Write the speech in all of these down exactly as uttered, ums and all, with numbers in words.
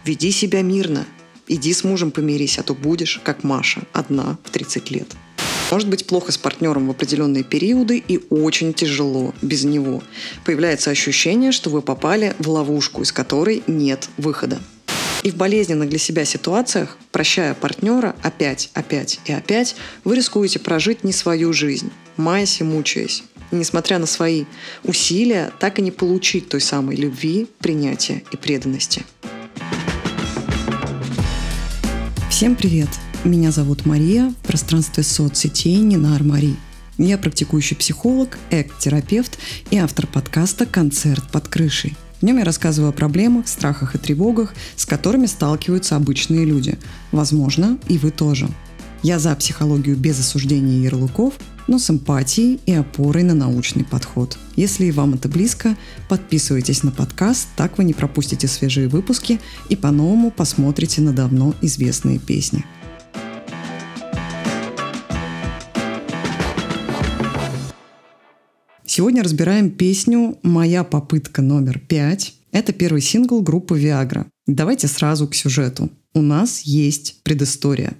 Веди себя мирно. Иди с мужем помирись, а то будешь, как Маша, одна в тридцать лет. Может быть плохо с партнером в определенные периоды и очень тяжело без него. Появляется ощущение, что вы попали в ловушку, из которой нет выхода. И в болезненных для себя ситуациях, прощая партнера опять, опять и опять, вы рискуете прожить не свою жизнь, маясь и мучаясь. И несмотря на свои усилия, так и не получить той самой любви, принятия и преданности. Всем привет! Меня зовут Мария, в пространстве соцсетей Нинар Мари. Я практикующий психолог, эк-терапевт и автор подкаста «Концерт под крышей». В нем я рассказываю о проблемах, страхах и тревогах, с которыми сталкиваются обычные люди. Возможно, и вы тоже. Я за психологию без осуждения и ярлыков, но с эмпатией и опорой на научный подход. Если и вам это близко, подписывайтесь на подкаст, так вы не пропустите свежие выпуски и по-новому посмотрите на давно известные песни. Сегодня разбираем песню «Моя попытка номер пять». Это первый сингл группы Viagra. Давайте сразу к сюжету. У нас есть предыстория.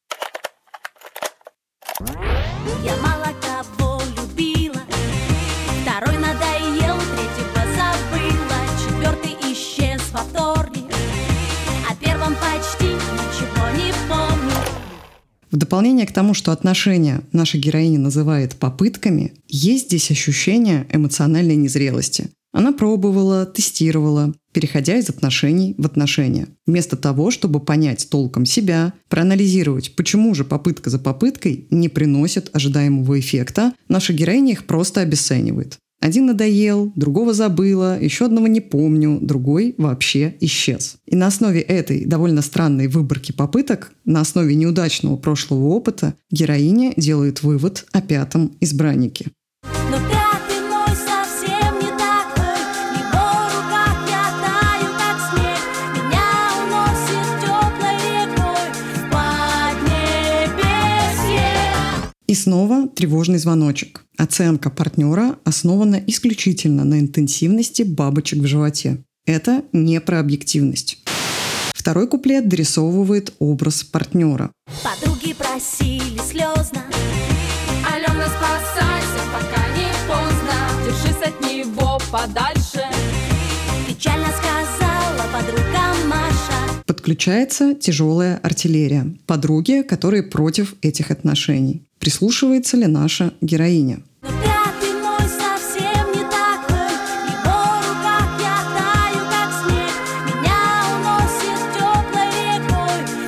Я мало кого любила, второй надоел, третьего забыла, четвертый исчез во вторник, о первом почти ничего не помню. В дополнение к тому, что отношения наша героиня называет попытками, есть здесь ощущение эмоциональной незрелости. Она пробовала, тестировала, переходя из отношений в отношения. Вместо того, чтобы понять толком себя, проанализировать, почему же попытка за попыткой не приносит ожидаемого эффекта, наша героиня их просто обесценивает. Один надоел, другого забыла, еще одного не помню, другой вообще исчез. И на основе этой довольно странной выборки попыток, на основе неудачного прошлого опыта, героиня делает вывод о пятом избраннике. Но пятый мой совсем не такой, в его руках я таю, как снег, меня уносит теплой рекой в поднебесье. И снова тревожный звоночек. Оценка партнера основана исключительно на интенсивности бабочек в животе. Это не про объективность. Второй куплет дорисовывает образ партнера. Подруги просили слезно: Алена, спасайся, пока не поздно. Держись от него подальше. печально сказала подруга Маша. Подключается тяжелая артиллерия. Подруги, которые против этих отношений. Прислушивается ли наша героиня? Но пятый мой совсем не такой, в его руках я таю, как снег, меня уносит теплой рекой в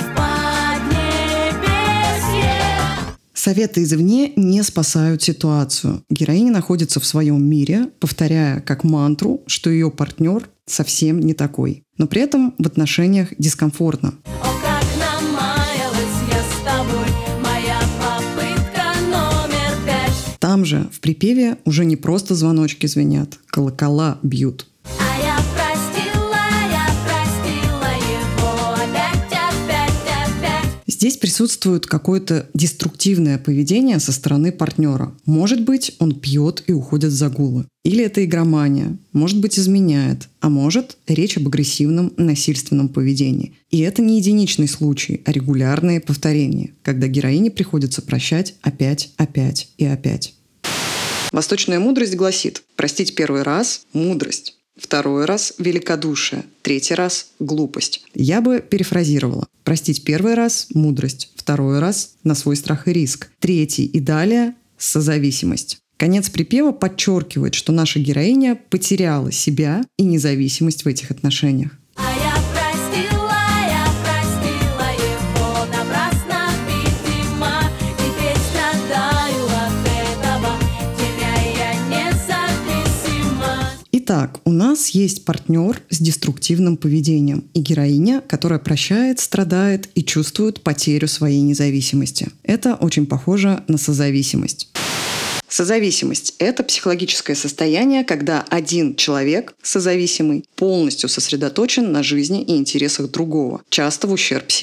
поднебесье. Советы извне не спасают ситуацию. Героиня находится в своем мире, повторяя как мантру, что ее партнер совсем не такой. Но при этом в отношениях дискомфортно. О, как намаялась я с тобой, моя попытка номер пять. Там же, в припеве, уже не просто звоночки звенят, колокола бьют. А я простила, я простила его опять, опять, опять. Здесь присутствует какое-то деструктивное поведение со стороны партнера. Может быть, он пьет и уходит в загулы. Или это игромания. Может быть, изменяет. А может, речь об агрессивном, насильственном поведении. И это не единичный случай, а регулярные повторения, когда героине приходится прощать опять, опять и опять. Восточная мудрость гласит: простить первый раз – мудрость. Второй раз – великодушие. Третий раз – глупость. Я бы перефразировала. Простить первый раз – мудрость. Второй раз – на свой страх и риск. Третий и далее – созависимость. Конец припева подчеркивает, что наша героиня потеряла себя и независимость в этих отношениях. А я простила, я простила его напрасно, видимо, теперь страдаю от этого, теряя независимость. Итак, у нас есть партнер с деструктивным поведением и героиня, которая прощает, страдает и чувствует потерю своей независимости. Это очень похоже на созависимость. Созависимость – это психологическое состояние, когда один человек, созависимый, полностью сосредоточен на жизни и интересах другого, часто в ущерб себе.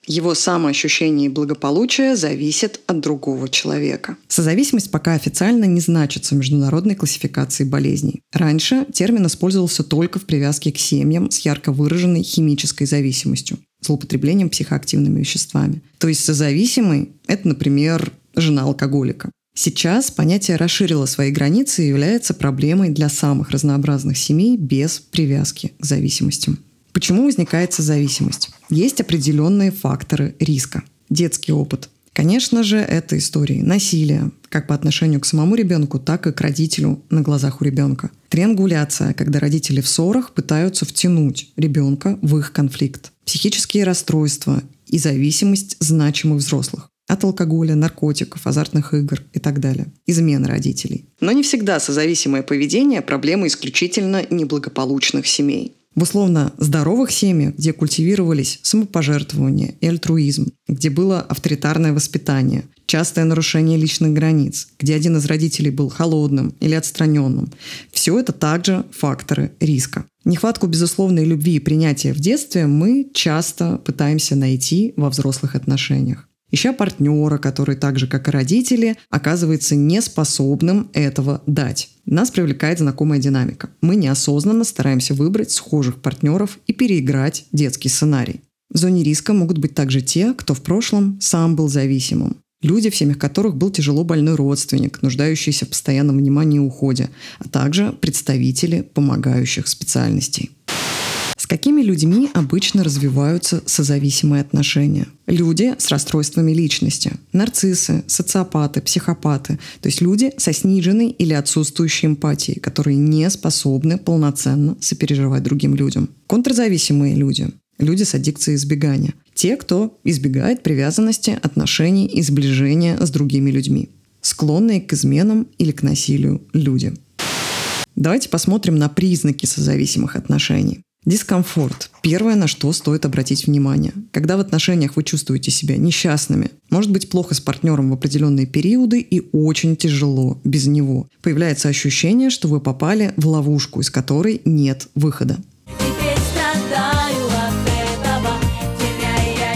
Его самоощущение и благополучие зависит от другого человека. Созависимость пока официально не значится в международной классификации болезней. Раньше термин использовался только в привязке к семьям с ярко выраженной химической зависимостью, злоупотреблением психоактивными веществами. То есть созависимый – это, например, жена алкоголика. Сейчас понятие расширило свои границы и является проблемой для самых разнообразных семей без привязки к зависимостям. Почему возникает созависимость? Есть определенные факторы риска. Детский опыт. Конечно же, это истории насилия, как по отношению к самому ребенку, так и к родителю на глазах у ребенка. Триангуляция, когда родители в ссорах пытаются втянуть ребенка в их конфликт. Психические расстройства и зависимость значимых взрослых. От алкоголя, наркотиков, азартных игр и так далее. Измены родителей. Но не всегда созависимое поведение – проблема исключительно неблагополучных семей. В условно здоровых семьях, где культивировались самопожертвование и альтруизм, где было авторитарное воспитание, частое нарушение личных границ, где один из родителей был холодным или отстраненным, все это также факторы риска. Нехватку безусловной любви и принятия в детстве мы часто пытаемся найти во взрослых отношениях, ища партнера, который так же, как и родители, оказывается неспособным этого дать. Нас привлекает знакомая динамика. Мы неосознанно стараемся выбрать схожих партнеров и переиграть детский сценарий. В зоне риска могут быть также те, кто в прошлом сам был зависимым. Люди, в семьях которых был тяжело больной родственник, нуждающийся в постоянном внимании и уходе, а также представители помогающих специальностей. С какими людьми обычно развиваются созависимые отношения? Люди с расстройствами личности, нарциссы, социопаты, психопаты, то есть люди со сниженной или отсутствующей эмпатией, которые не способны полноценно сопереживать другим людям. Контрзависимые люди, люди с аддикцией избегания, те, кто избегает привязанности, отношений и сближения с другими людьми, склонные к изменам или к насилию люди. Давайте посмотрим на признаки созависимых отношений. Дискомфорт. Первое, на что стоит обратить внимание. Когда в отношениях вы чувствуете себя несчастными, может быть плохо с партнером в определенные периоды и очень тяжело без него. Появляется ощущение, что вы попали в ловушку, из которой нет выхода. Теперь страдаю от этого, теряя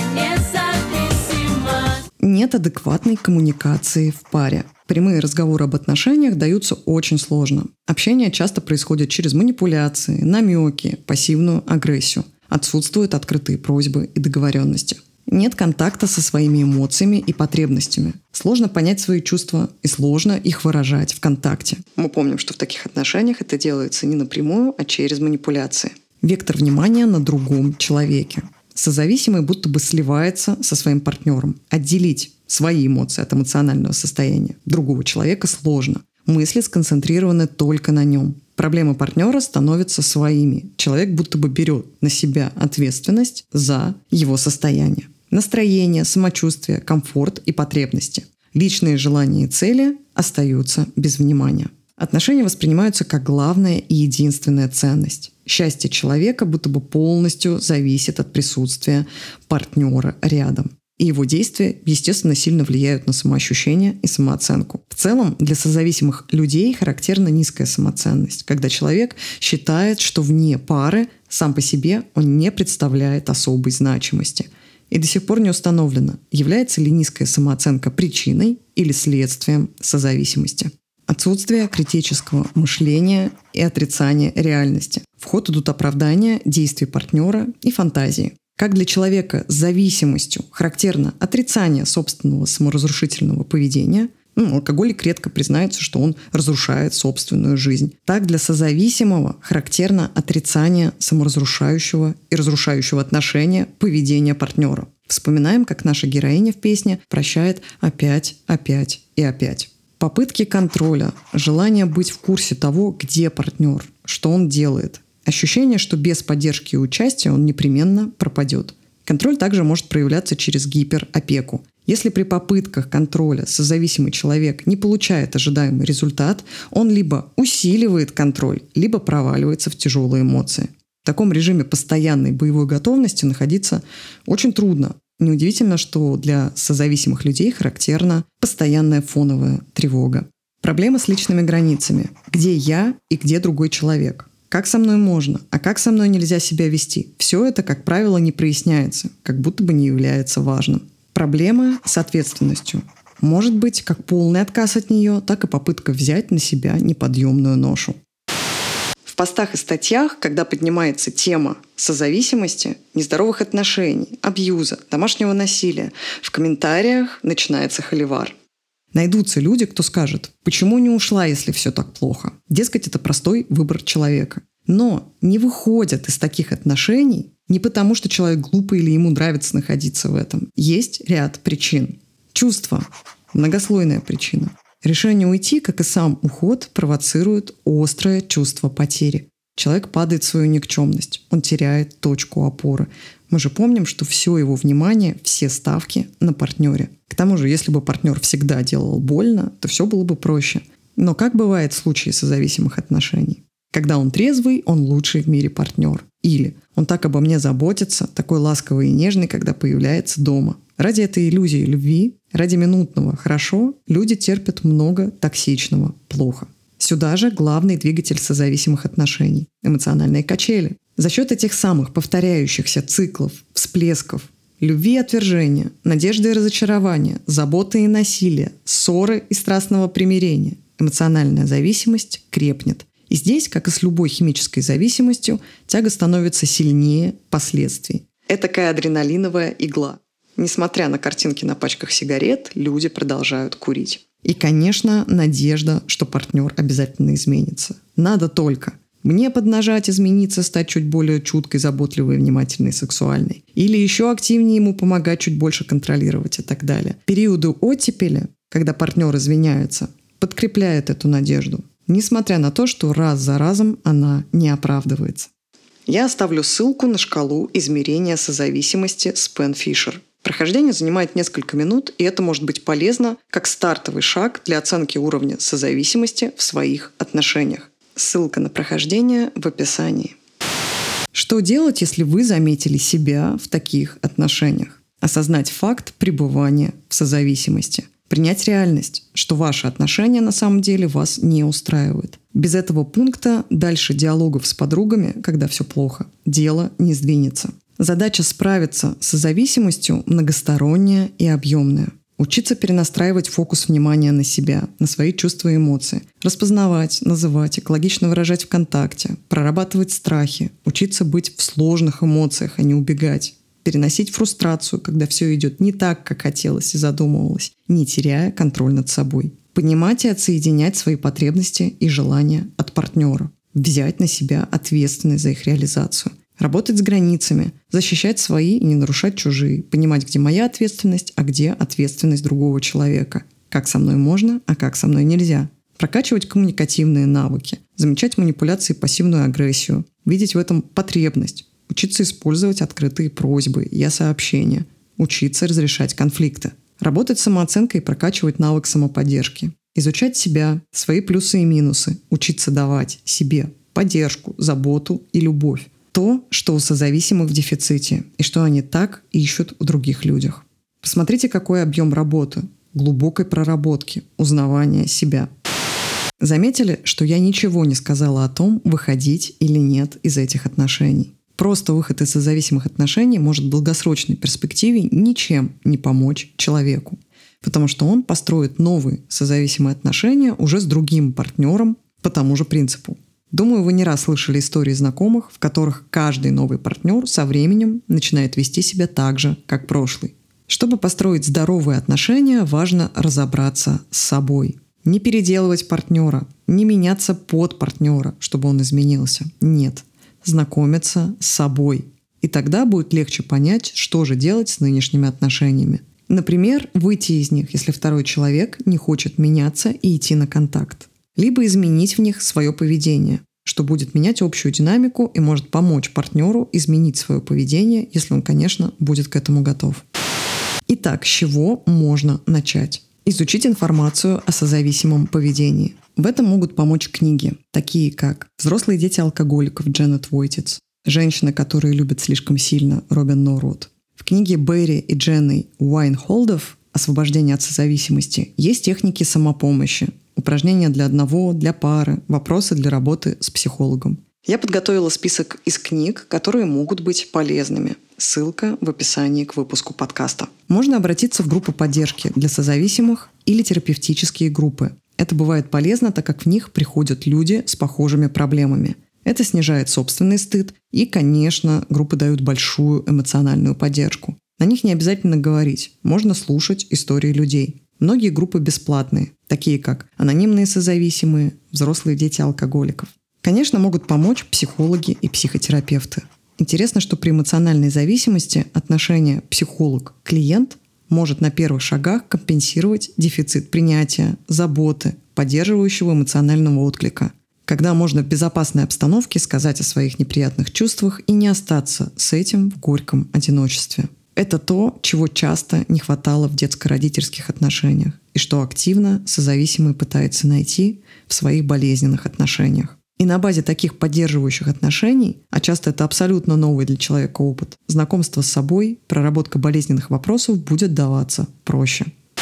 независимость. Нет адекватной коммуникации в паре. Прямые разговоры об отношениях даются очень сложно. Общение часто происходит через манипуляции, намеки, пассивную агрессию. Отсутствуют открытые просьбы и договоренности. Нет контакта со своими эмоциями и потребностями. Сложно понять свои чувства и сложно их выражать в контакте. Мы помним, что в таких отношениях это делается не напрямую, а через манипуляции. Вектор внимания на другом человеке. Созависимый будто бы сливается со своим партнером. Отделить свои эмоции от эмоционального состояния другого человека сложно. Мысли сконцентрированы только на нем. Проблемы партнера становятся своими. Человек будто бы берет на себя ответственность за его состояние. Настроение, самочувствие, комфорт и потребности. Личные желания и цели остаются без внимания. Отношения воспринимаются как главная и единственная ценность. Счастье человека будто бы полностью зависит от присутствия партнера рядом. И его действия, естественно, сильно влияют на самоощущение и самооценку. В целом, для созависимых людей характерна низкая самоценность, когда человек считает, что вне пары сам по себе он не представляет особой значимости. И до сих пор не установлено, является ли низкая самооценка причиной или следствием созависимости. Отсутствие критического мышления и отрицание реальности. В ход идут оправдания действий партнера и фантазии. Как для человека с зависимостью характерно отрицание собственного саморазрушительного поведения, ну, алкоголик редко признается, что он разрушает собственную жизнь, так для созависимого характерно отрицание саморазрушающего и разрушающего отношения поведения партнера. Вспоминаем, как наша героиня в песне прощает опять, опять и опять. Попытки контроля, желание быть в курсе того, где партнер, что он делает. Ощущение, что без поддержки и участия он непременно пропадет. Контроль также может проявляться через гиперопеку. Если при попытках контроля созависимый человек не получает ожидаемый результат, он либо усиливает контроль, либо проваливается в тяжелые эмоции. В таком режиме постоянной боевой готовности находиться очень трудно. Неудивительно, что для созависимых людей характерна постоянная фоновая тревога. Проблемы с личными границами. Где я и где другой человек? как со мной можно, а как со мной нельзя себя вести. Все это, как правило, не проясняется, как будто бы не является важным. Проблема с ответственностью. Может быть как полный отказ от нее, так и попытка взять на себя неподъемную ношу. В постах и статьях, когда поднимается тема созависимости, нездоровых отношений, абьюза, домашнего насилия, в комментариях начинается холивар. Найдутся люди, кто скажет, почему не ушла, если все так плохо. Дескать, это простой выбор человека. Но не выходят из таких отношений не потому, что человек глупый или ему нравится находиться в этом. Есть ряд причин. Чувства. Многослойная причина. Решение уйти, как и сам уход, провоцирует острое чувство потери. Человек падает в свою никчемность. Он теряет точку опоры. Мы же помним, что все его внимание, все ставки на партнере. К тому же, если бы партнер всегда делал больно, то все было бы проще. Но как бывает в случае созависимых отношений? Когда он трезвый, он лучший в мире партнер. Или он так обо мне заботится, такой ласковый и нежный, когда появляется дома. Ради этой иллюзии любви, ради минутного «хорошо» люди терпят много токсичного «плохо». Сюда же главный двигатель созависимых отношений – эмоциональные качели. За счет этих самых повторяющихся циклов, всплесков, любви и отвержения, надежды и разочарования, заботы и насилия, ссоры и страстного примирения эмоциональная зависимость крепнет. И здесь, как и с любой химической зависимостью, тяга становится сильнее последствий. Этакая адреналиновая игла. Несмотря на картинки на пачках сигарет, люди продолжают курить. И, конечно, надежда, что партнер обязательно изменится. Надо только мне поднажать, измениться, стать чуть более чуткой, заботливой, внимательной, сексуальной. Или еще активнее ему помогать, чуть больше контролировать и так далее. Периоды оттепели, когда партнер извиняется, подкрепляет эту надежду. Несмотря на то, что раз за разом она не оправдывается. Я оставлю ссылку на шкалу измерения созависимости Спен Фишер. Прохождение занимает несколько минут, и это может быть полезно как стартовый шаг для оценки уровня созависимости в своих отношениях. Ссылка на прохождение в описании. Что делать, если вы заметили себя в таких отношениях? Осознать факт пребывания в созависимости. Принять реальность, что ваши отношения на самом деле вас не устраивают. Без этого пункта дальше диалогов с подругами, когда все плохо, дело не сдвинется. Задача справиться с зависимостью многосторонняя и объемная. Учиться перенастраивать фокус внимания на себя, на свои чувства и эмоции. Распознавать, называть, экологично выражать в контакте, прорабатывать страхи, учиться быть в сложных эмоциях, а не убегать. Переносить фрустрацию, когда все идет не так, как хотелось и задумывалось, не теряя контроль над собой. Понимать и отсоединять свои потребности и желания от партнера. Взять на себя ответственность за их реализацию. Работать с границами, защищать свои и не нарушать чужие. Понимать, где моя ответственность, а где ответственность другого человека. Как со мной можно, а как со мной нельзя. Прокачивать коммуникативные навыки. Замечать манипуляции и пассивную агрессию. Видеть в этом потребность. Учиться использовать открытые просьбы, я-сообщения. Учиться разрешать конфликты. Работать с самооценкой и прокачивать навык самоподдержки. Изучать себя, свои плюсы и минусы. Учиться давать себе поддержку, заботу и любовь. То, что у созависимых в дефиците, и что они так ищут в других людях. Посмотрите, какой объем работы, глубокой проработки, узнавания себя. Заметили, что я ничего не сказала о том, выходить или нет из этих отношений. Просто выход из созависимых отношений может в долгосрочной перспективе ничем не помочь человеку, потому что он построит новые созависимые отношения уже с другим партнером по тому же принципу. Думаю, вы не раз слышали истории знакомых, в которых каждый новый партнер со временем начинает вести себя так же, как прошлый. Чтобы построить здоровые отношения, важно разобраться с собой. Не переделывать партнера, не меняться под партнера, чтобы он изменился. Нет. Знакомиться с собой. И тогда будет легче понять, что же делать с нынешними отношениями. Например, выйти из них, если второй человек не хочет меняться и идти на контакт. Либо изменить в них свое поведение, что будет менять общую динамику и может помочь партнеру изменить свое поведение, если он, конечно, будет к этому готов. Итак, с чего можно начать? Изучить информацию о созависимом поведении. В этом могут помочь книги, такие как «Взрослые дети алкоголиков» Дженнет Войтиц, «Женщины, которые любят слишком сильно» Робин Норвуд. В книге Берри и Дженны Уайнхолдов «Освобождение от созависимости» есть техники самопомощи, упражнения для одного, для пары, вопросы для работы с психологом. Я подготовила список из книг, которые могут быть полезными. Ссылка в описании к выпуску подкаста. Можно обратиться в группу поддержки для созависимых или терапевтические группы. Это бывает полезно, так как в них приходят люди с похожими проблемами. Это снижает собственный стыд и, конечно, группы дают большую эмоциональную поддержку. На них не обязательно говорить, можно слушать истории людей. Многие группы бесплатные, такие как анонимные созависимые, взрослые дети алкоголиков. Конечно, могут помочь психологи и психотерапевты. Интересно, что при эмоциональной зависимости отношение психолог-клиент может на первых шагах компенсировать дефицит принятия, заботы, поддерживающего эмоционального отклика, когда можно в безопасной обстановке сказать о своих неприятных чувствах и не остаться с этим в горьком одиночестве. Это то, чего часто не хватало в детско-родительских отношениях и что активно созависимый пытается найти в своих болезненных отношениях. И на базе таких поддерживающих отношений, а часто это абсолютно новый для человека опыт, знакомство с собой, проработка болезненных вопросов будет даваться проще.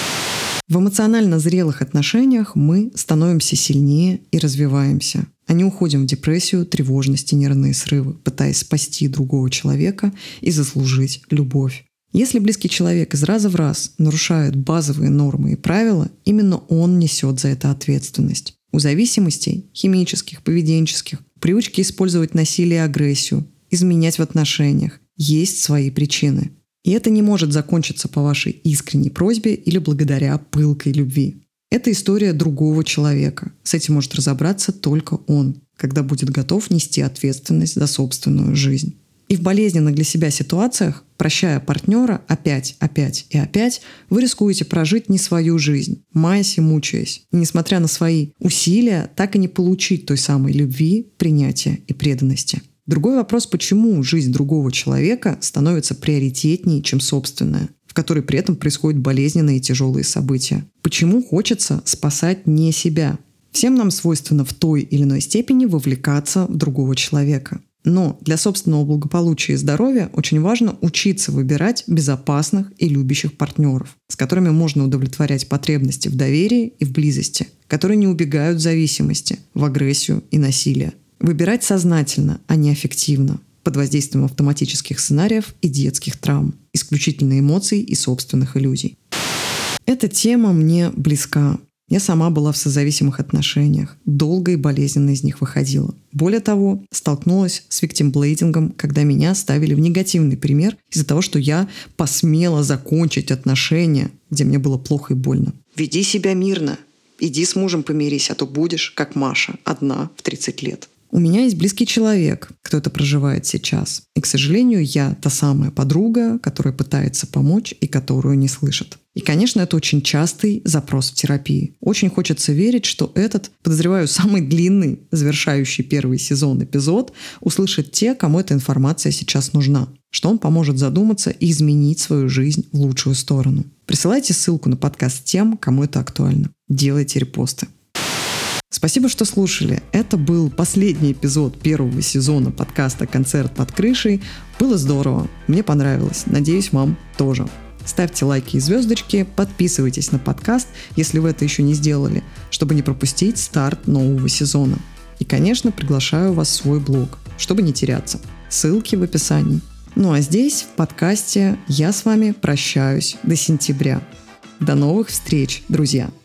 В эмоционально зрелых отношениях мы становимся сильнее и развиваемся, а не уходим в депрессию, тревожность и нервные срывы, пытаясь спасти другого человека и заслужить любовь. Если близкий человек из раза в раз нарушает базовые нормы и правила, именно он несет за это ответственность. У зависимостей, химических, поведенческих, привычки использовать насилие и агрессию, изменять в отношениях, есть свои причины. И это не может закончиться по вашей искренней просьбе или благодаря пылкой любви. Это история другого человека. С этим может разобраться только он, когда будет готов нести ответственность за собственную жизнь. И в болезненных для себя ситуациях, прощая партнера опять, опять и опять, вы рискуете прожить не свою жизнь, маясь и мучаясь. И несмотря на свои усилия, так и не получить той самой любви, принятия и преданности. Другой вопрос, почему жизнь другого человека становится приоритетнее, чем собственная, в которой при этом происходят болезненные и тяжелые события. Почему хочется спасать не себя? Всем нам свойственно в той или иной степени вовлекаться в другого человека. Но для собственного благополучия и здоровья очень важно учиться выбирать безопасных и любящих партнеров, с которыми можно удовлетворять потребности в доверии и в близости, которые не убегают в зависимости, в агрессию и насилие. Выбирать сознательно, а не аффективно, под воздействием автоматических сценариев и детских травм, исключительно эмоций и собственных иллюзий. Эта тема мне близка. Я сама была в созависимых отношениях, долго и болезненно из них выходила. Более того, столкнулась с виктимблейдингом, когда меня ставили в негативный пример из-за того, что я посмела закончить отношения, где мне было плохо и больно. Веди себя мирно, иди с мужем помирись, а то будешь, как Маша, одна в тридцать лет. У меня есть близкий человек, кто это проживает сейчас. И, к сожалению, я та самая подруга, которая пытается помочь и которую не слышат. И, конечно, это очень частый запрос в терапии. Очень хочется верить, что этот, подозреваю, самый длинный, завершающий первый сезон эпизод, услышат те, кому эта информация сейчас нужна. Что он поможет задуматься и изменить свою жизнь в лучшую сторону. Присылайте ссылку на подкаст тем, кому это актуально. Делайте репосты. Спасибо, что слушали. Это был последний эпизод первого сезона подкаста «Концерт под крышей». Было здорово. Мне понравилось. Надеюсь, вам тоже. Ставьте лайки и звездочки, подписывайтесь на подкаст, если вы это еще не сделали, чтобы не пропустить старт нового сезона. И, конечно, приглашаю вас в свой блог, чтобы не теряться. Ссылки в описании. Ну а здесь, в подкасте, я с вами прощаюсь до сентября. До новых встреч, друзья!